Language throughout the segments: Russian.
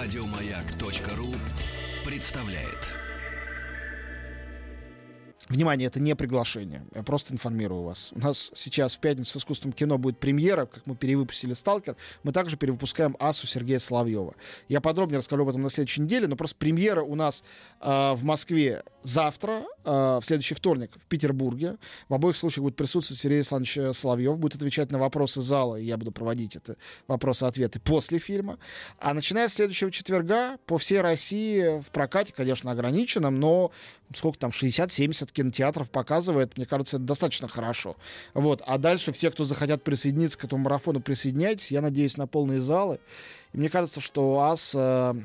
Радиомаяк.ру представляет. Внимание, это не приглашение. Я просто информирую вас. У нас сейчас в пятницу с искусственным кино будет премьера. Как мы перевыпустили «Сталкер», мы также перевыпускаем «Асу» Сергея Соловьева. Я подробнее расскажу об этом на следующей неделе, но просто премьера у нас в Москве завтра, в следующий вторник в Петербурге. В обоих случаях будет присутствовать Сергей Александрович Соловьев, будет отвечать на вопросы зала, и я буду проводить это вопросы-ответы после фильма. А начиная с следующего четверга по всей России в прокате, конечно, ограниченном, но сколько там, 60-70 кинотеатров показывает, мне кажется, это достаточно хорошо. Вот. А дальше все, кто захотят присоединиться к этому марафону, присоединяйтесь. Я надеюсь на полные залы. И мне кажется, что «Ас».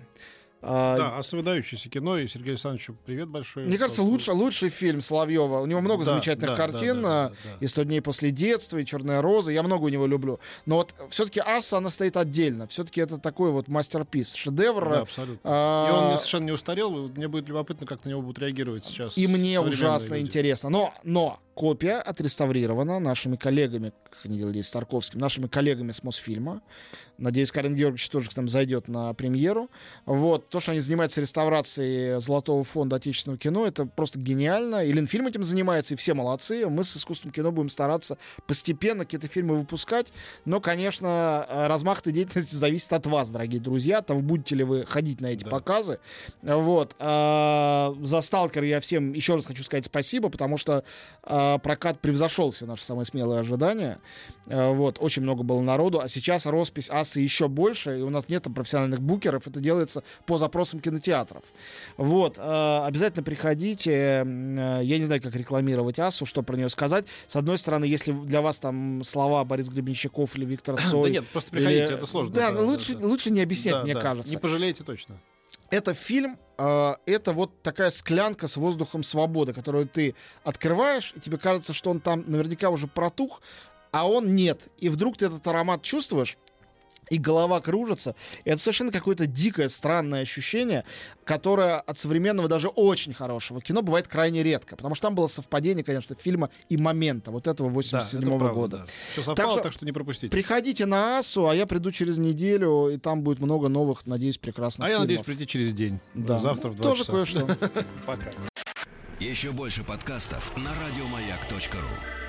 Да, «Ас» — выдающееся кино, и Сергею Александровичу привет большой. Мне кажется, лучший фильм Соловьева. У него много замечательных картин. И «100 дней после детства», и «Черная роза». Я много у него люблю. Но вот все-таки «Ас», она стоит отдельно. Все-таки это такой вот мастерпис, шедевр. Да, абсолютно. И он совершенно не устарел. Мне будет любопытно, как на него будут реагировать сейчас. И мне ужасно люди. интересно. Но копия отреставрирована нашими коллегами, как они делали с Тарковским, нашими коллегами с Мосфильма. Надеюсь, Карен Георгиевич тоже к нам зайдет на премьеру. Вот. То, что они занимаются реставрацией Золотого фонда отечественного кино, это просто гениально. И Ленфильм этим занимается, и все молодцы. Мы с искусственным кино будем стараться постепенно какие-то фильмы выпускать. Но, конечно, размах этой деятельности зависит от вас, дорогие друзья. От того, будете ли вы ходить на эти показы. Вот. За «Сталкер» я всем еще раз хочу сказать спасибо, потому что прокат превзошел все наши самые смелые ожидания. Вот. Очень много было народу. А сейчас роспись «Асы» еще больше, и у нас нет профессиональных букеров. Это делается по запросам кинотеатров. Вот. Обязательно приходите. Я не знаю, как рекламировать «Асу», что про нее сказать. С одной стороны, если для вас там слова Борис Гребенщиков или Виктор Цой... Да нет, просто приходите, это сложно. Да, лучше не объяснять, мне кажется. Не пожалеете точно. Это фильм, это вот такая склянка с воздухом свободы, которую ты открываешь, и тебе кажется, что он там наверняка уже протух, а он нет. И вдруг ты этот аромат чувствуешь, и голова кружится. И это совершенно какое-то дикое, странное ощущение, которое от современного, даже очень хорошего кино бывает крайне редко. Потому что там было совпадение, конечно, фильма и момента вот этого 87-го года. Да. Все совпало, так что не пропустите. Приходите на «Асу», а я приду через неделю, и там будет много новых, надеюсь, прекрасных фильмов. А я надеюсь прийти через день. Да. Завтра в 2 тоже часа. кое-что. Пока. Еще больше подкастов на радиомаяк.ру.